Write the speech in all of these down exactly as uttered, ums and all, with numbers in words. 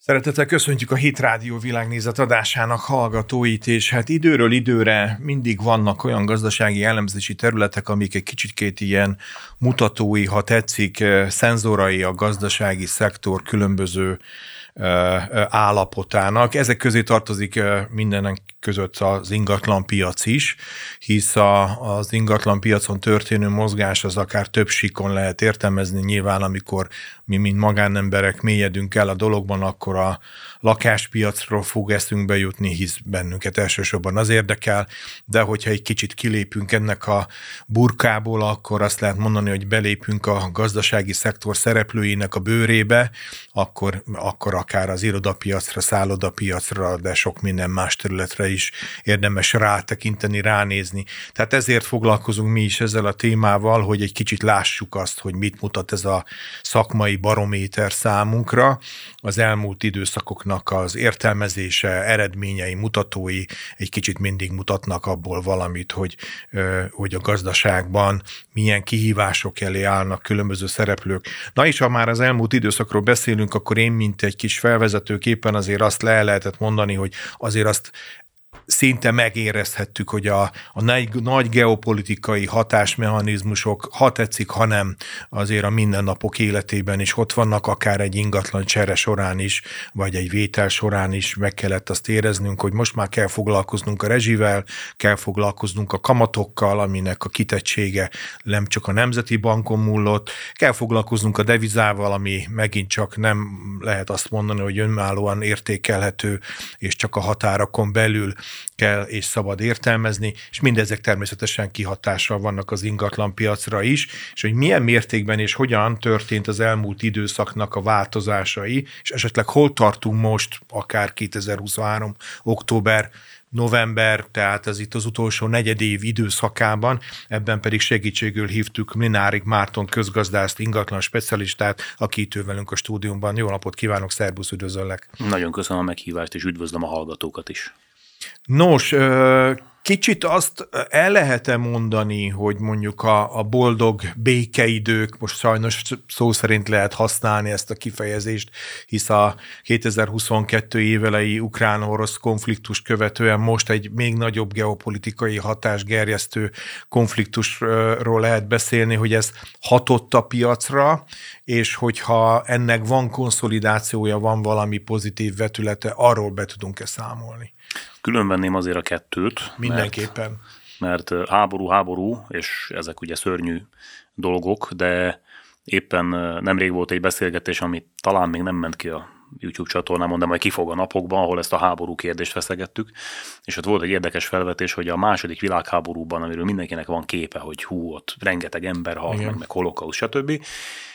Szeretettel köszöntjük a Hit Rádió világnézet adásának hallgatóit, és hát időről időre mindig vannak olyan gazdasági elemzési területek, amik egy kicsikét ilyen mutatói, ha tetszik, szenzorai a gazdasági szektor különböző állapotának. Ezek közé tartozik mindenek között az ingatlan piac is, hisz a, az ingatlan piacon történő mozgás az akár több síkon lehet értelmezni. Nyilván, amikor mi, mint magánemberek mélyedünk el a dologban, akkor a lakáspiacról fog eszünkbe jutni, hisz bennünket elsősorban az érdekel, de hogyha egy kicsit kilépünk ennek a burkából, akkor azt lehet mondani, hogy belépünk a gazdasági szektor szereplőinek a bőrébe, akkor, akkor akár az irodapiacra, szállodapiacra, de sok minden más területre is érdemes rátekinteni, ránézni. Tehát ezért foglalkozunk mi is ezzel a témával, hogy egy kicsit lássuk azt, hogy mit mutat ez a szakmai barométer számunkra, az elmúlt időszakoknak az értelmezése, eredményei, mutatói egy kicsit mindig mutatnak abból valamit, hogy, hogy a gazdaságban milyen kihívások elé állnak különböző szereplők. Na és ha már az elmúlt időszakról beszélünk, akkor én, mint egy kis felvezetőképpen azért azt le lehetett mondani, hogy azért azt szinte megérezhettük, hogy a, a nagy, nagy geopolitikai hatásmechanizmusok, ha tetszik, ha nem, azért a mindennapok életében is ott vannak, akár egy ingatlan csere során is, vagy egy vétel során is meg kellett azt éreznünk, hogy most már kell foglalkoznunk a rezsivel, kell foglalkoznunk a kamatokkal, aminek a kitettsége nem csak a Nemzeti Bankon múlott, kell foglalkoznunk a devizával, ami megint csak nem lehet azt mondani, hogy önállóan értékelhető, és csak a határokon belül kell és szabad értelmezni, és mindezek természetesen kihatással vannak az ingatlan piacra is, és hogy milyen mértékben és hogyan történt az elmúlt időszaknak a változásai, és esetleg hol tartunk most, akár kétezer-huszonhárom. október, november, tehát ez itt az utolsó negyedév időszakában, ebben pedig segítségül hívtuk Mlinárik Márton közgazdászt, ingatlan specialistát, aki itt ül velünk a stúdiumban. Jó napot kívánok, szerbusz, üdvözöllek! Nagyon köszönöm a meghívást, és üdvözlöm a hallgatókat is. Nos, kicsit azt el lehet-e mondani, hogy mondjuk a, a boldog békeidők, most sajnos szó szerint lehet használni ezt a kifejezést, hisz a kétezer-huszonkettő évelei ukrán-orosz konfliktus követően most egy még nagyobb geopolitikai hatásgerjesztő konfliktusról lehet beszélni, hogy ez hatott a piacra, és hogyha ennek van konszolidációja, van valami pozitív vetülete, arról be tudunk-e számolni? Különvenném azért a kettőt. Mindenképpen. Mert, mert háború, háború, és ezek ugye szörnyű dolgok, de éppen nemrég volt egy beszélgetés, ami talán még nem ment ki a YouTube csatornámon, de majd kifog a napokban, ahol ezt a háború kérdést feszegettük, és ott volt egy érdekes felvetés, hogy a második világháborúban, amiről mindenkinek van képe, hogy hú, ott rengeteg ember halt, meg, meg holokauszt, stb.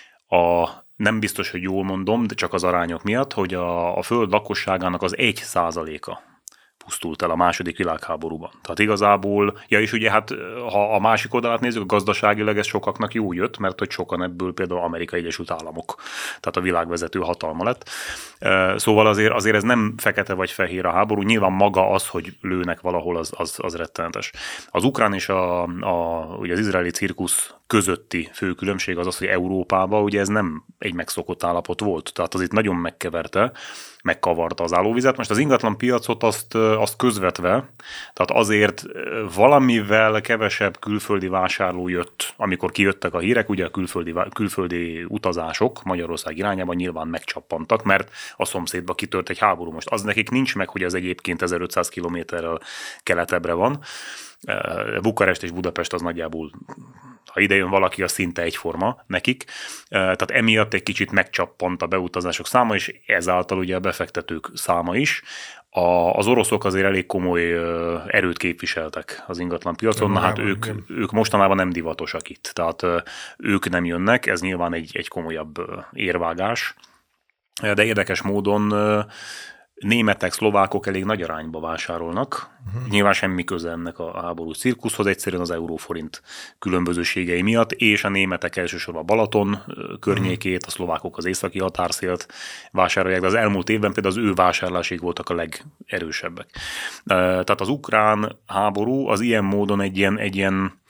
A nem biztos, hogy jól mondom, de csak az arányok miatt, hogy a, a föld lakosságának az egy százaléka pusztult el a második világháborúban. Tehát igazából, ja és ugye hát ha a másik oldalát nézzük, a gazdaságilag ez sokaknak jó jött, mert hogy sokan ebből például Amerikai Egyesült Államok, tehát a világvezető hatalma lett. Szóval azért, azért ez nem fekete vagy fehér a háború, nyilván maga az, hogy lőnek valahol, az, az, az rettenetes. Az ukrán és a, a, ugye az izraeli cirkusz közötti fő különbség az az, hogy Európában ugye ez nem egy megszokott állapot volt, tehát az itt nagyon megkeverte, megkavarta az állóvizet. Most az ingatlan piacot azt, azt közvetve, tehát azért valamivel kevesebb külföldi vásárló jött, amikor kijöttek a hírek, ugye a külföldi, külföldi utazások Magyarország irányában nyilván megcsappantak, mert a szomszédba kitört egy háború. Most az nekik nincs meg, hogy az egyébként ezerötszáz kilométerrel keletebbre van. Bukarest és Budapest az nagyjából, ha ide jön valaki, az szinte egyforma nekik. Tehát emiatt egy kicsit megcsappant a beutazások száma, és ezáltal ugye a befektetők száma is. A, az oroszok azért elég komoly erőt képviseltek az ingatlan piacon, na hát ők, ők mostanában nem divatosak itt, tehát ők nem jönnek, ez nyilván egy, egy komolyabb érvágás, de érdekes módon németek, szlovákok elég nagy arányba vásárolnak. Uh-huh. Nyilván semmi köze ennek a háborús cirkuszhoz, egyszerűen az euróforint különbözőségei miatt, és a németek elsősorban Balaton környékét, a szlovákok az északi határszélt vásárolják, de az elmúlt évben például az ő vásárlásig voltak a legerősebbek. Tehát az ukrán háború az ilyen módon egy ilyen, egy ilyen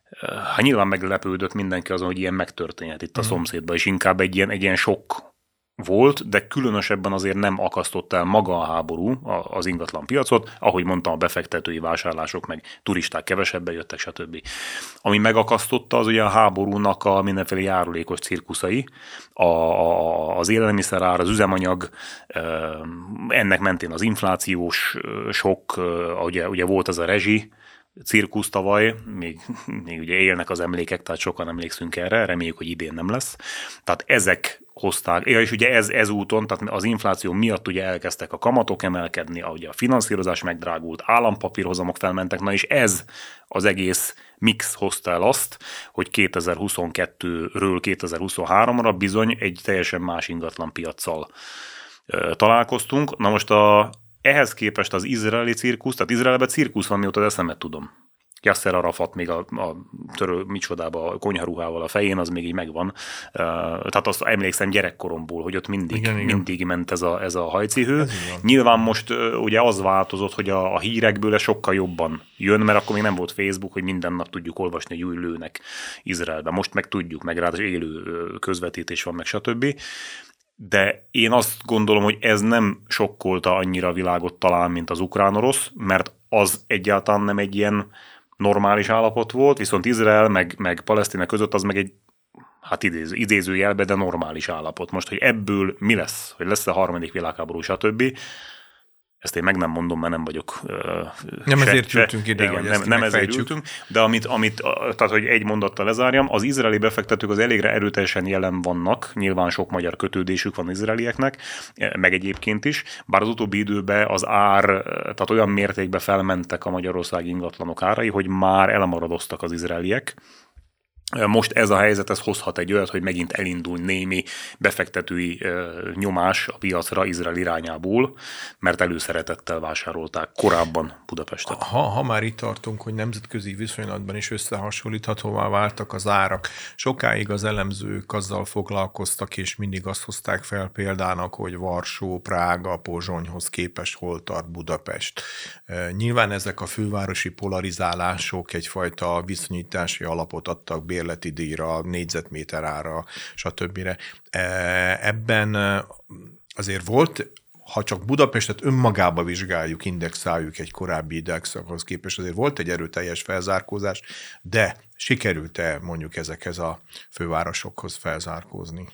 hát nyilván meglepődött mindenki azon, hogy ilyen megtörténhet itt a uh-huh. szomszédban, és inkább egy ilyen, egy ilyen sok volt, de különösebben azért nem akasztott el maga a háború az ingatlan piacot, ahogy mondtam, a befektetői vásárlások, meg turisták kevesebben jöttek, stb. Ami megakasztotta, az ugye a háborúnak a mindenféle járulékos cirkuszai, a, a, az élelmiszerár, az üzemanyag, ennek mentén az inflációs sok, ugye, ugye volt az a rezsi cirkusz tavaly, még, még ugye élnek az emlékek, tehát sokan emlékszünk erre, reméljük, hogy idén nem lesz. Tehát ezek hozták, és ugye ez, ez úton, tehát az infláció miatt ugye elkezdtek a kamatok emelkedni, ugye a finanszírozás megdrágult, állampapírhozamok felmentek, na és ez az egész mix hozta el azt, hogy kétezer-huszonkettőről kétezer-huszonháromra bizony egy teljesen más ingatlan piaccal e, találkoztunk. Na most a ehhez képest az izraeli cirkusz, tehát Izraelben cirkusz van, mióta az eszemet tudom. Yasser Arafat még a, a törő micsodába, a konyharuhával a fején, az még így megvan. Uh, tehát azt emlékszem gyerekkoromból, hogy ott mindig, igen, mindig igen. ment ez a, ez a hajcihő. Ez Nyilván most uh, ugye az változott, hogy a, a hírekből sokkal jobban jön, mert akkor még nem volt Facebook, hogy minden nap tudjuk olvasni, hogy új lőnek Izraelben. Most meg tudjuk, meg ráadásul élő közvetítés van, meg stb. De én azt gondolom, hogy ez nem sokkolta annyira a világot talán, mint az ukrán-orosz, mert az egyáltalán nem egy ilyen normális állapot volt, viszont Izrael meg, meg Palesztina között az meg egy, hát idéző, idézőjelben, de normális állapot. Most, hogy ebből mi lesz, hogy lesz a harmadik világháború, stb., ezt én meg nem mondom, mert nem vagyok... Uh, nem se, ezért ültünk ide, igen, nem, nem ezért ültünk, de amit, amit, tehát hogy egy mondattal lezárjam, az izraeli befektetők az elégre erőteljesen jelen vannak, nyilván sok magyar kötődésük van izraelieknek, meg egyébként is, bár az utóbbi időben az ár, tehát olyan mértékben felmentek a magyarországi ingatlanok árai, hogy már elmaradoztak az izraeliek. Most ez a helyzet, ez hozhat egy olyat, hogy megint elindul némi befektetői nyomás a piacra Izrael irányából, mert előszeretettel vásárolták korábban Budapestet. Ha, ha már itt tartunk, hogy nemzetközi viszonylatban is összehasonlíthatóvá váltak az árak, sokáig az elemzők azzal foglalkoztak, és mindig azt hozták fel példának, hogy Varsó, Prága, Pozsonyhoz képest hol tart Budapest. Nyilván ezek a fővárosi polarizálások egyfajta viszonyítási alapot adtak bérleti díjra, négyzetméter ára, stb. Ebben azért volt, ha csak Budapestet önmagába vizsgáljuk, indexáljuk egy korábbi indexakhoz képest, azért volt egy erőteljes felzárkózás, de sikerült-e mondjuk ezekhez a fővárosokhoz felzárkózni?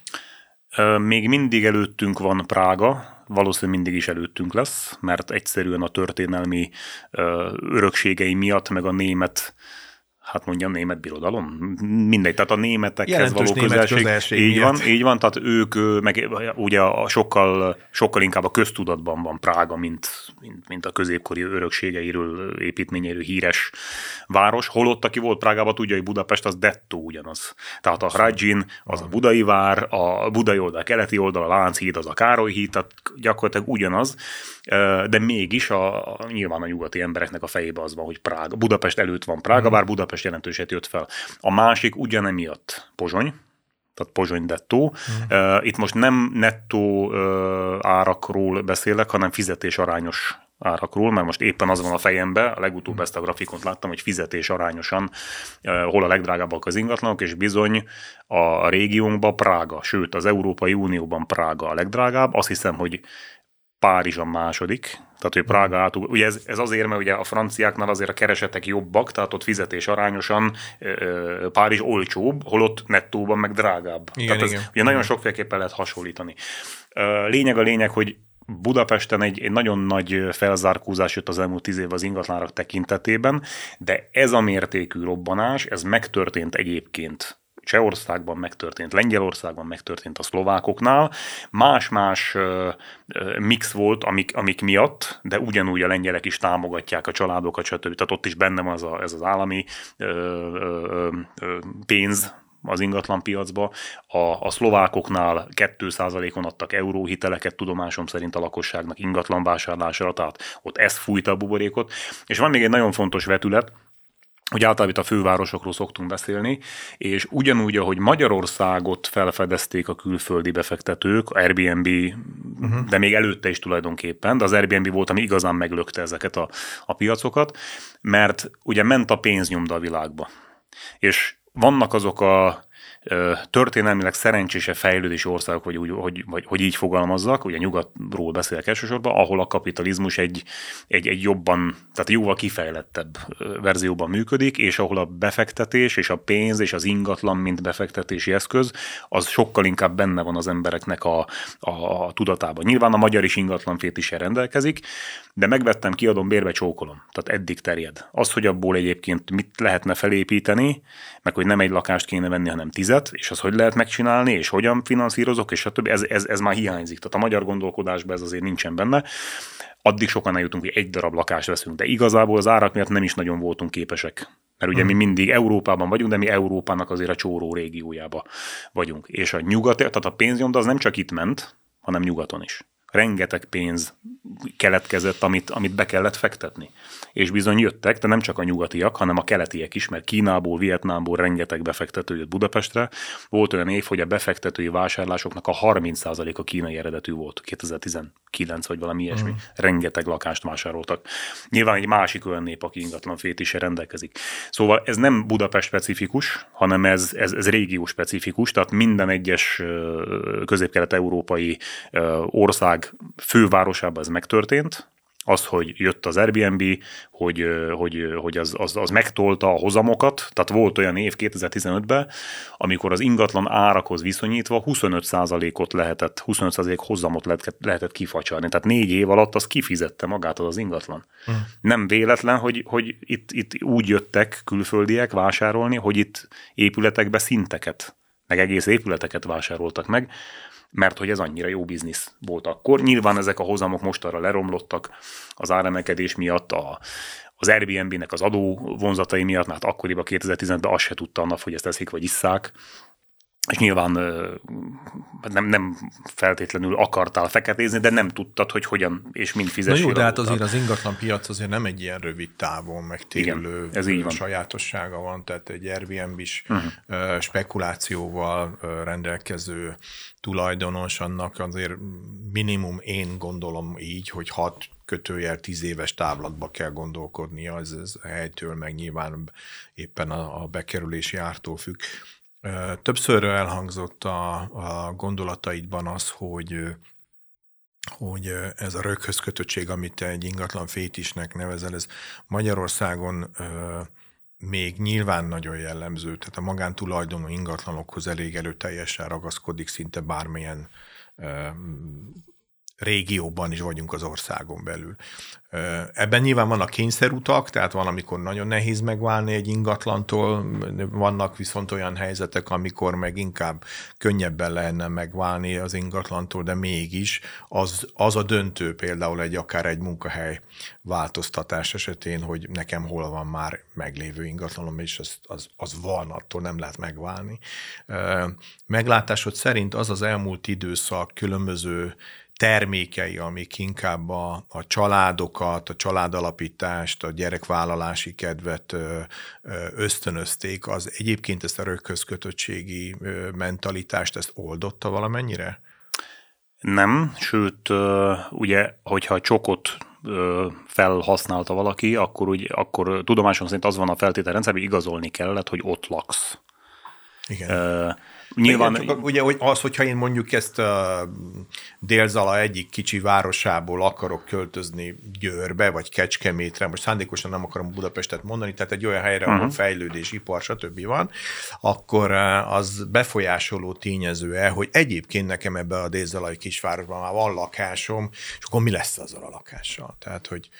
Még mindig előttünk van Prága, valószínűleg mindig is előttünk lesz, mert egyszerűen a történelmi örökségei miatt, meg a német, hát mondjam, német birodalom, mindegy, tehát a németekhez jelentős való közelség, német közelség így miatt. van, így van, tehát ők, meg ugye sokkal, sokkal inkább a köztudatban van Prága, mint, mint, mint a középkori örökségeiről, építményeiről híres város, holott, aki volt Prágában, tudja, hogy Budapest az dettó ugyanaz. Tehát a Hradzsin az a budai vár, a budai oldal, a keleti oldal, a Lánchíd az a Károly híd, tehát gyakorlatilag ugyanaz, de mégis a, a, nyilván a nyugati embereknek a fejében az van, hogy Prága, Budapest előtt van Prága, hmm. bár Budapest jelentőset jött fel. A másik ugyanemiatt Pozsony, tehát Pozsony dettó. Hmm. Itt most nem nettó árakról beszélek, hanem fizetés arányos árakról, mert most éppen az van a fejemben, a legutóbb ezt a grafikont láttam, hogy fizetés arányosan hol a legdrágábbak az ingatlanok, és bizony a régiónkban Prága, sőt az Európai Unióban Prága a legdrágább. Azt hiszem, hogy Párizs a második, tehát hogy Prága átul, ugye ez, ez azért, mert ugye a franciáknál azért a keresetek jobbak, tehát ott fizetés arányosan Párizs olcsóbb, holott nettóban meg drágább. Igen, tehát ez, igen. ugye nagyon sokféleképpen lehet hasonlítani. Lényeg a lényeg, hogy Budapesten egy, egy nagyon nagy felzárkózás jött az elmúlt tíz év az ingatlanok tekintetében, de ez a mértékű robbanás, ez megtörtént egyébként Csehországban megtörtént, Lengyelországban megtörtént a szlovákoknál. Más-más mix volt, amik, amik miatt, de ugyanúgy a lengyelek is támogatják a családokat, stb. Tehát ott is benne van az a, ez az állami ö, ö, ö, pénz az ingatlan piacba. A, a szlovákoknál két százalékon adtak euróhiteleket tudomásom szerint a lakosságnak ingatlan vásárlásra, tehát ott ez fújta a buborékot. És van még egy nagyon fontos vetület, hogy általában itt a fővárosokról szoktunk beszélni, és ugyanúgy, ahogy Magyarországot felfedezték a külföldi befektetők, Airbnb, uh-huh. de még előtte is tulajdonképpen, de az Airbnb volt, ami igazán meglökte ezeket a, a piacokat, mert ugye ment a pénznyomda a világba. És vannak azok a történelmileg szerencsésebb fejlődési országok, vagy, úgy, hogy, vagy hogy így fogalmazzak, ugye nyugatról beszélek elsősorban, ahol a kapitalizmus egy, egy, egy jobban, tehát jóval kifejlettebb verzióban működik, és ahol a befektetés és a pénz és az ingatlan, mint befektetési eszköz, az sokkal inkább benne van az embereknek a, a, a tudatában. Nyilván a magyar is ingatlan fétissel rendelkezik, de megvettem, kiadom, bérbe csókolom. Tehát eddig terjed. Az, hogy abból egyébként mit lehetne felépíteni, meg hogy nem egy lakást kéne venni, hanem tizet, és az hogy lehet megcsinálni, és hogyan finanszírozok, és stb. Ez, ez, ez már hiányzik. Tehát a magyar gondolkodásban ez azért nincsen benne. Addig sokan eljutunk, hogy egy darab lakást veszünk, de igazából az árak miatt nem is nagyon voltunk képesek. Mert ugye hmm. mi mindig Európában vagyunk, de mi Európának azért a csóró régiójába vagyunk. És a nyugat, tehát a pénznyomda az nem csak itt ment, hanem nyugaton is. Rengeteg pénz keletkezett, amit, amit be kellett fektetni. És bizony jöttek, de nem csak a nyugatiak, hanem a keletiek is, mert Kínából, Vietnámból rengeteg befektető jött Budapestre. Volt olyan év, hogy a befektetői vásárlásoknak a harminc százaléka kínai eredetű volt, kétezer-tizenkilenc vagy valami ilyesmi. Mm. Rengeteg lakást vásároltak. Nyilván egy másik olyan nép, aki ingatlan fétissel rendelkezik. Szóval ez nem Budapest specifikus, hanem ez, ez, ez régió specifikus, tehát minden egyes közép-kelet-európai ország fővárosában ez megtörtént. Az, hogy jött az Airbnb, hogy, hogy, hogy az, az, az megtolta a hozamokat, tehát volt olyan év kétezer-tizenötben, amikor az ingatlan árakhoz viszonyítva huszonöt százalékot lehetett, huszonöt százalék hozamot lehetett, lehetett kifacsarni. Tehát négy év alatt az kifizette magát az, az ingatlan. Mm. Nem véletlen, hogy, hogy itt, itt úgy jöttek külföldiek vásárolni, hogy itt épületekbe szinteket, meg egész épületeket vásároltak meg, mert hogy ez annyira jó biznisz volt akkor. Nyilván ezek a hozamok mostanra leromlottak az áremelkedés miatt, a, az Airbnb-nek az adó vonzatai miatt, mert akkoriban kétezer-tizenben azt se tudta a nap, hogy ezt eszik vagy isszák. És nyilván nem, nem feltétlenül akartál feketézni, de nem tudtad, hogy hogyan és mind fizessél. Na jó, de hát azért az ingatlan piac azért nem egy ilyen rövid távon megtérülő sajátossága van, tehát egy Airbnb-s uh-huh. spekulációval rendelkező tulajdonos, annak azért minimum én gondolom így, hogy hat kötőjel tíz éves távlatba kell gondolkodnia, ez, ez a helytől meg nyilván éppen a, a bekerülési ártól függ. Többször elhangzott a, a gondolataidban az, hogy, hogy ez a röghöz kötöttség, amit te egy ingatlan fétisnek nevezel, ez Magyarországon még nyilván nagyon jellemző, tehát a magántulajdonú ingatlanokhoz elég erőteljesen ragaszkodik szinte bármilyen régióban is vagyunk az országon belül. Ebben nyilván vannak kényszerutak, tehát van, amikor nagyon nehéz megválni egy ingatlantól, vannak viszont olyan helyzetek, amikor meg inkább könnyebben lehetne megválni az ingatlantól, de mégis az, az a döntő például egy akár egy munkahely változtatás esetén, hogy nekem hol van már meglévő ingatlanom, és az, az, az van, attól nem lehet megválni. Meglátásod szerint az az elmúlt időszak különböző termékei, amik inkább a, a családokat, a családalapítást, a gyerekvállalási kedvet ösztönözték, az egyébként ezt a röghöz kötöttségi mentalitást, ezt oldotta valamennyire? Nem, sőt, ugye, hogyha a csokot felhasználta valaki, akkor, úgy, akkor tudomásom szerint az van a feltételrendszer, hogy igazolni kellett, hogy ott laksz. Igen. Uh, Nyilván... Igen, csak ugye az, hogyha én mondjuk ezt a Dél-Zala egyik kicsi városából akarok költözni Győrbe, vagy Kecskemétre, most szándékosan nem akarom Budapestet mondani, tehát egy olyan helyre, uh-huh. ahol fejlődés, ipar, stb. Van, akkor az befolyásoló tényező-e, hogy egyébként nekem ebbe a dél-zalai kisvárosban már van lakásom, és akkor mi lesz azzal a lakással? Tehát, hogy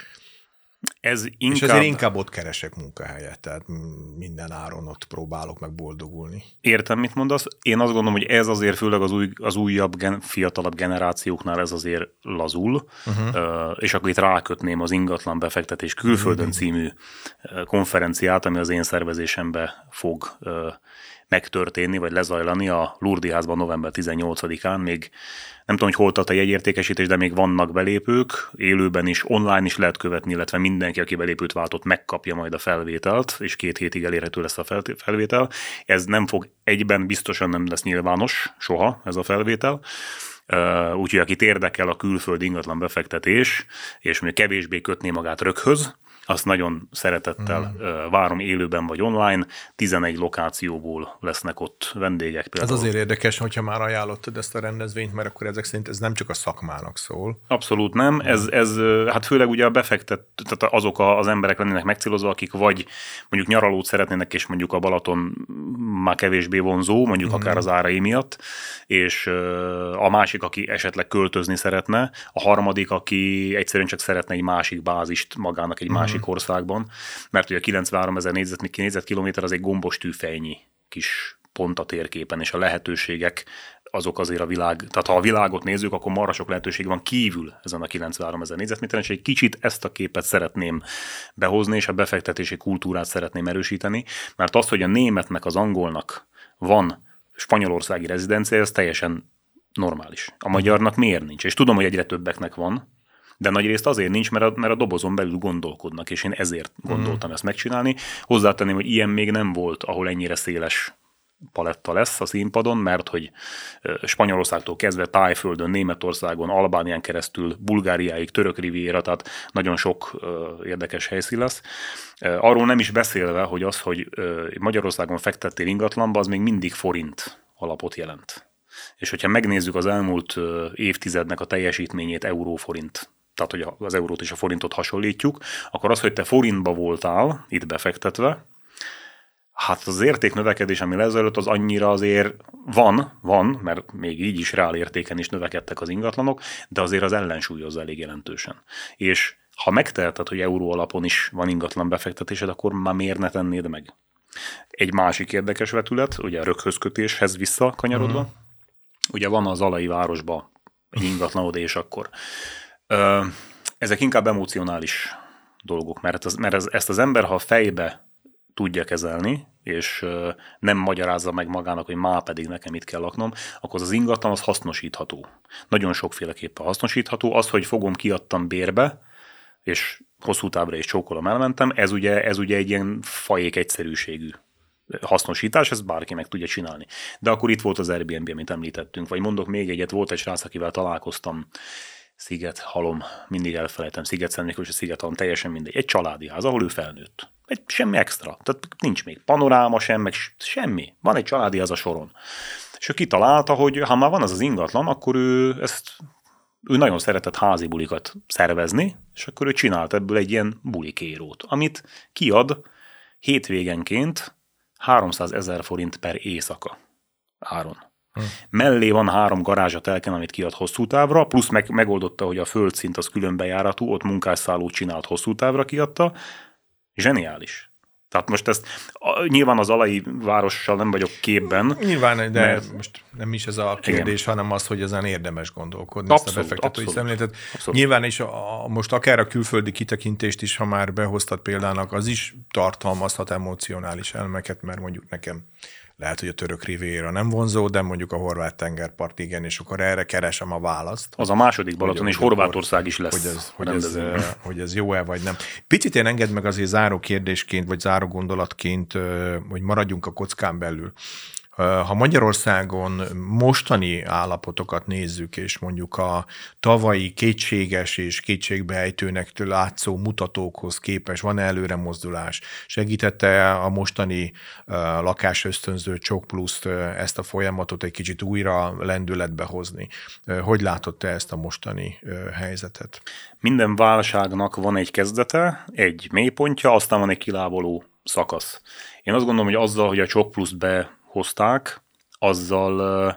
Ez inkább... És azért inkább ott keresek munkahelyet, tehát minden áron ott próbálok meg boldogulni. Értem, mit mondasz. Én azt gondolom, hogy ez azért főleg az, új, az újabb, gen, fiatalabb generációknál ez azért lazul, uh-huh. és akkor itt rákötném az ingatlan befektetés külföldön uh-huh. című konferenciát, ami az én szervezésembe fog megtörténni, vagy lezajlani a Lurdi házban november tizennyolcadikán. Még nem tudom, hogy hol tart a jegyértékesítés, de még vannak belépők, élőben is, online is lehet követni, illetve mindenki, aki belépőt váltott, megkapja majd a felvételt, és két hétig elérhető lesz a felvétel. Ez nem fog egyben, biztosan nem lesz nyilvános soha ez a felvétel. Uh, úgyhogy akit érdekel a külföldi ingatlan befektetés, és még kevésbé kötné magát röghöz, azt nagyon szeretettel mm. várom élőben vagy online. tizenegy lokációból lesznek ott vendégek. Például. Ez azért érdekes, hogyha már ajánlottad ezt a rendezvényt, mert akkor ezek szerint ez nem csak a szakmának szól. Abszolút nem. Mm. Ez, ez hát főleg ugye a befektet, tehát azok az emberek lennének megcélozva, akik vagy mondjuk nyaralót szeretnének, és mondjuk a Balaton már kevésbé vonzó, mondjuk mm. akár az árai miatt, és a másik, aki esetleg költözni szeretne, a harmadik, aki egyszerűen csak szeretne egy másik bázist magának egy mm. másik országban, mert ugye a kilencvenháromezer négyzetkilométer az egy gombos tűfejnyi kis pont a térképen, és a lehetőségek azok azért a világ, tehát ha a világot nézzük, akkor marra sok lehetőség van kívül ezen a kilencvenháromezer négyzetméteren, és egy kicsit ezt a képet szeretném behozni, és a befektetési kultúrát szeretném erősíteni, mert az, hogy a németnek, az angolnak van spanyolországi rezidencia, ez teljesen normális. A magyarnak miért nincs? És tudom, hogy egyre többeknek van, de nagyrészt azért nincs, mert a, mert a dobozon belül gondolkodnak, és én ezért gondoltam mm. ezt megcsinálni. Hozzátenném, hogy ilyen még nem volt, ahol ennyire széles paletta lesz a színpadon, mert hogy Spanyolországtól kezdve Tájföldön, Németországon, Albánián keresztül, Bulgáriáig, Török riviera, tehát nagyon sok uh, érdekes helyszín lesz. Uh, arról nem is beszélve, hogy az, hogy uh, Magyarországon fektettél ingatlanba, az még mindig forint alapot jelent. És hogyha megnézzük az elmúlt uh, évtizednek a teljesítményét euró-forint, tehát hogy az eurót és a forintot hasonlítjuk, akkor az, hogy te forintba voltál itt befektetve, hát az értéknövekedés, ami lezelőtt, az annyira azért van, van, mert még így is reál értéken is növekedtek az ingatlanok, de azért az ellensúlyozza elég jelentősen. És ha megteheted, hogy euró alapon is van ingatlan befektetésed, akkor már miért ne tennéd meg? Egy másik érdekes vetület, ugye a röghözkötéshez visszakanyarodva, uh-huh. ugye van az Zalai városban egy ingatlanod, és akkor ö, ezek inkább emocionális dolgok, mert, az, mert ez, ezt az ember, ha fejbe tudja kezelni, és nem magyarázza meg magának, hogy már pedig nekem itt kell laknom, akkor az ingatlan az hasznosítható. Nagyon sokféleképpen hasznosítható. Az, hogy fogom, kiadtam bérbe, és hosszú távra is csókolom, elmentem, ez ugye, ez ugye egy ilyen fajék egyszerűségű hasznosítás, ezt bárki meg tudja csinálni. De akkor itt volt az Airbnb, amit említettünk, vagy mondok még egyet, volt egy srác, akivel találkoztam, Sziget, Halom, mindig elfelejtem, Sziget Szent Miklós, Sziget Halom, teljesen mindegy. Egy családi ház, ahol ő felnőtt. Egy, semmi extra, tehát nincs még panoráma sem, meg semmi. Van egy családi ház a soron. És ő kitalálta, hogy ha már van az az ingatlan, akkor ő ezt, ő nagyon szeretett házi bulikat szervezni, és akkor ő csinált ebből egy ilyen bulikérót, amit kiad hétvégenként háromszázezer forint per éjszaka áron. Hm. Mellé van három garázsa telken, amit kiad hosszú távra, plusz meg, megoldotta, hogy a földszint az külön bejáratú, ott munkásszállót csinált hosszú távra, kiadta. Zseniális. Tehát most ezt nyilván az Zalai várossal nem vagyok képben. Nyilván, de mert, most nem is ez a kérdés, igen. hanem az, hogy ezen érdemes gondolkodni. Abszolút, ezt a befektetői szemléletet. Abszolút. Nyilván is a, most akár a külföldi kitekintést is, ha már behoztad példának, az is tartalmazhat emocionális elemeket, mert mondjuk nekem lehet, hogy a török riviera nem vonzó, de mondjuk a horvát tengerpart igen, és akkor erre keresem a választ. Az a második Balaton, és Horvátország is lesz. Hogy ez, hogy, ez, hogy ez jó-e, vagy nem. Picit én engedd meg azért záró kérdésként, vagy záró gondolatként, hogy maradjunk a kockán belül. Ha Magyarországon mostani állapotokat nézzük, és mondjuk a tavalyi kétséges és kétségbeejtőnek látszó mutatókhoz képest van előre mozdulás, segítette a mostani lakásösztönző Csok Pluszt ezt a folyamatot egy kicsit újra lendületbe hozni. Hogy látod te ezt a mostani helyzetet? Minden válságnak van egy kezdete, egy mélypontja, aztán van egy kilábaló szakasz. Én azt gondolom, hogy azzal, hogy a Csok Pluszt be hozták, azzal,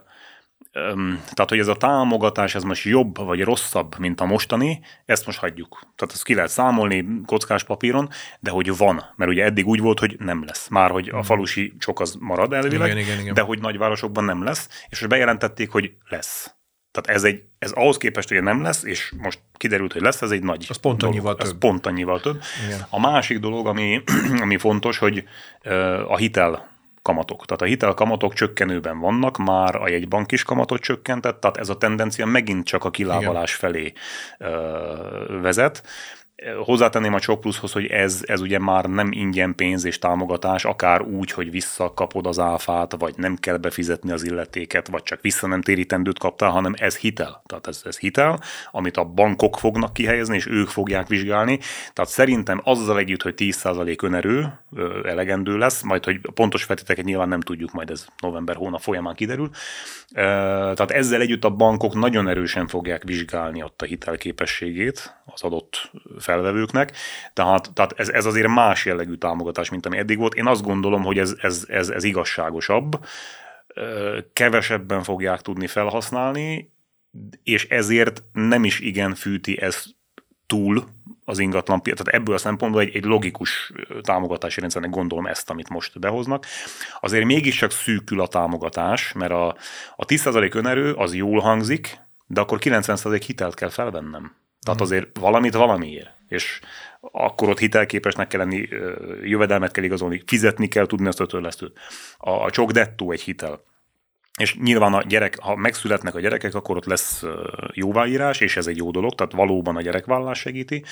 tehát hogy ez a támogatás, ez most jobb vagy rosszabb, mint a mostani, ezt most hagyjuk. Tehát ezt ki lehet számolni kockás papíron, de hogy van, mert ugye eddig úgy volt, hogy nem lesz. Már hogy a falusi csok az marad elvileg, igen, igen, igen. de hogy nagyvárosokban nem lesz, és most bejelentették, hogy lesz. Tehát ez, egy, ez ahhoz képest, hogy nem lesz, és most kiderült, hogy lesz, ez egy nagy az pont dolog. annyival több. Ez pont annyival több. Igen. A másik dolog, ami, ami fontos, hogy a hitel kamatok. Tehát a hitelkamatok csökkenőben vannak, már a jegybank is kamatot csökkentett, tehát ez a tendencia megint csak a kilábalás igen. felé ö, vezet. Hozzátenném a Csok Pluszhoz, hogy ez, ez ugye már nem ingyen pénz és támogatás, akár úgy, hogy visszakapod az áfát, vagy nem kell befizetni az illetéket, vagy csak vissza nem térítendőt kaptál, hanem ez hitel. Tehát ez, ez hitel, amit a bankok fognak kihelyezni, és ők fogják vizsgálni. Tehát szerintem azzal együtt, hogy tíz százalék önerő elegendő lesz, majd hogy pontos feltételeket nyilván nem tudjuk, majd ez november hónap folyamán kiderül. Tehát ezzel együtt a bankok nagyon erősen fogják vizsgálni ott a hitelképességét az adott felvevőknek, tehát, tehát ez, ez azért más jellegű támogatás, mint ami eddig volt. Én azt gondolom, hogy ez, ez, ez, ez igazságosabb, kevesebben fogják tudni felhasználni, és ezért nem is igen fűti ez túl az ingatlan piac. Tehát ebből a szempontból egy, egy logikus támogatási rendszernek gondolom ezt, amit most behoznak. Azért mégiscsak szűkül a támogatás, mert a, a tíz százalék önerő az jól hangzik, de akkor kilencven százalék hitelt kell felvennem. Tehát azért valamit valamiért. És akkor ott hitelképesnek kell lenni, jövedelmet kell igazolni, fizetni kell tudni azt a törlesztőt. A, a Csok dettó egy hitel. És nyilván a gyerek, ha megszületnek a gyerekek, akkor ott lesz jóváírás, és ez egy jó dolog, tehát valóban a gyerekvállalás segíti.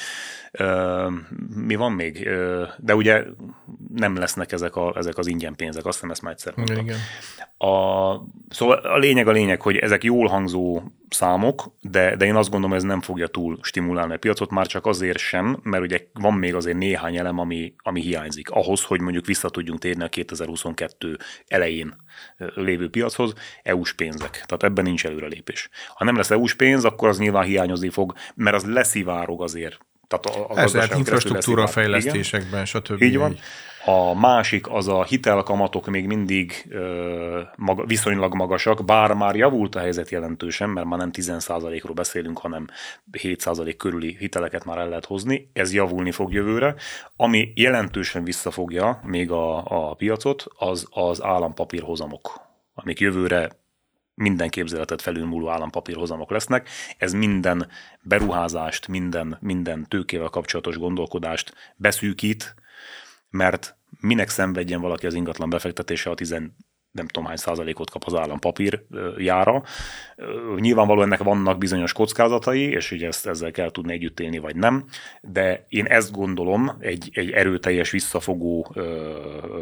Mi van még? De ugye nem lesznek ezek, a, ezek az ingyen pénzek, azt hiszem ezt már egyszer mondtam. Igen. A, szóval a lényeg a lényeg, hogy ezek jól hangzó számok, de, de én azt gondolom, hogy ez nem fogja túl stimulálni a piacot, már csak azért sem, mert ugye van még azért néhány elem, ami, ami hiányzik ahhoz, hogy mondjuk vissza tudjunk térni a kétezer-huszonkettő elején lévő piachoz, é u-s pénzek. Tehát ebben nincs előrelépés. Ha nem lesz é u-s pénz, akkor az nyilván hiányozni fog, mert az leszivárog azért. Tehát a, a ez lehet infrastruktúra fejlesztésekben, stb. Így van. A másik az a hitelkamatok még mindig ö, maga, viszonylag magasak, bár már javult a helyzet jelentősen, mert már nem tíz százalékról beszélünk, hanem hét százalék körüli hiteleket már el lehet hozni. Ez javulni fog jövőre. Ami jelentősen visszafogja még a, a piacot, az az állampapírhozamok, amik jövőre minden képzeletet felülmúló állampapírhozamok lesznek. Ez minden beruházást, minden, minden tőkével kapcsolatos gondolkodást beszűkít, mert minek szenvedjen valaki az ingatlan befektetése, a tizen nem tudom hány százalékot kap az állampapír jára. Nyilvánvalóan ennek vannak bizonyos kockázatai, és ugye ezt, ezzel kell tudni együtt élni, vagy nem, de én ezt gondolom egy, egy erőteljes visszafogó ö,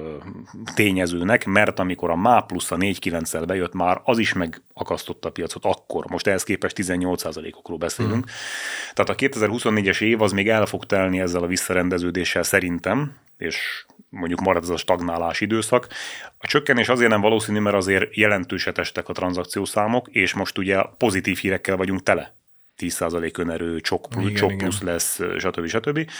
tényezőnek, mert amikor a MÁ plusz a négy kilenccel bejött már, az is megakasztotta a piacot akkor. Most ehhez képest tizennyolc százalékokról beszélünk. Hmm. Tehát a kétezer-huszonnégyes év az még el fog telni ezzel a visszarendeződéssel szerintem, és mondjuk marad ez a stagnálás időszak. A csökkenés azért nem valószínű, mert azért jelentőset estek a tranzakciószámok, és most ugye pozitív hírekkel vagyunk tele. tíz százalék önerő, Csok plusz, igen, Csok igen. plusz lesz, stb. stb.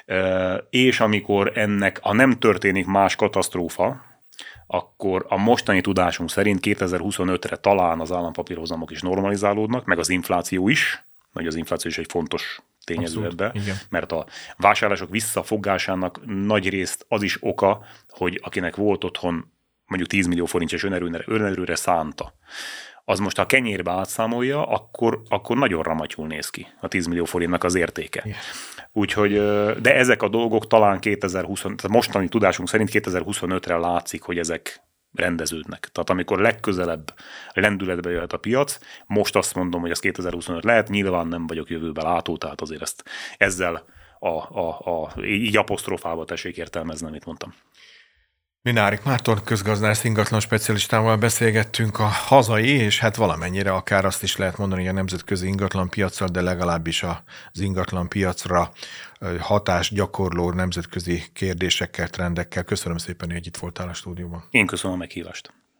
És amikor ennek, ha nem történik más katasztrófa, akkor a mostani tudásunk szerint kétezer-huszonötre talán az állampapírhozamok is normalizálódnak, meg az infláció is, vagy az infláció is egy fontos tényező ebbe, mert a vásárlások visszafogásának nagy részt az is oka, hogy akinek volt otthon mondjuk tíz millió forintjes önerőre, önerőre szánta, az most ha kenyérbe átszámolja, akkor, akkor nagyon ramatyul néz ki a tíz millió forintnak az értéke. Yeah. Úgyhogy, de ezek a dolgok talán kétezer-húsz, tehát mostani tudásunk szerint kétezer-huszonötre látszik, hogy ezek rendeződnek. Tehát amikor legközelebb lendületbe jöhet a piac, most azt mondom, hogy az kétezer-huszonöt lehet, nyilván nem vagyok jövőben látó, tehát azért ezt ezzel a, a, a, így apostrofálva tessék értelmezni, amit mondtam. Minárik Márton közgazdász ingatlan specialistával beszélgettünk a hazai, és hát valamennyire akár azt is lehet mondani, hogy a nemzetközi ingatlan piaccal, de legalábbis az ingatlan piacra hatást gyakorló nemzetközi kérdésekkel, trendekkel. Köszönöm szépen, hogy itt voltál a stúdióban. Én köszönöm a meghívást.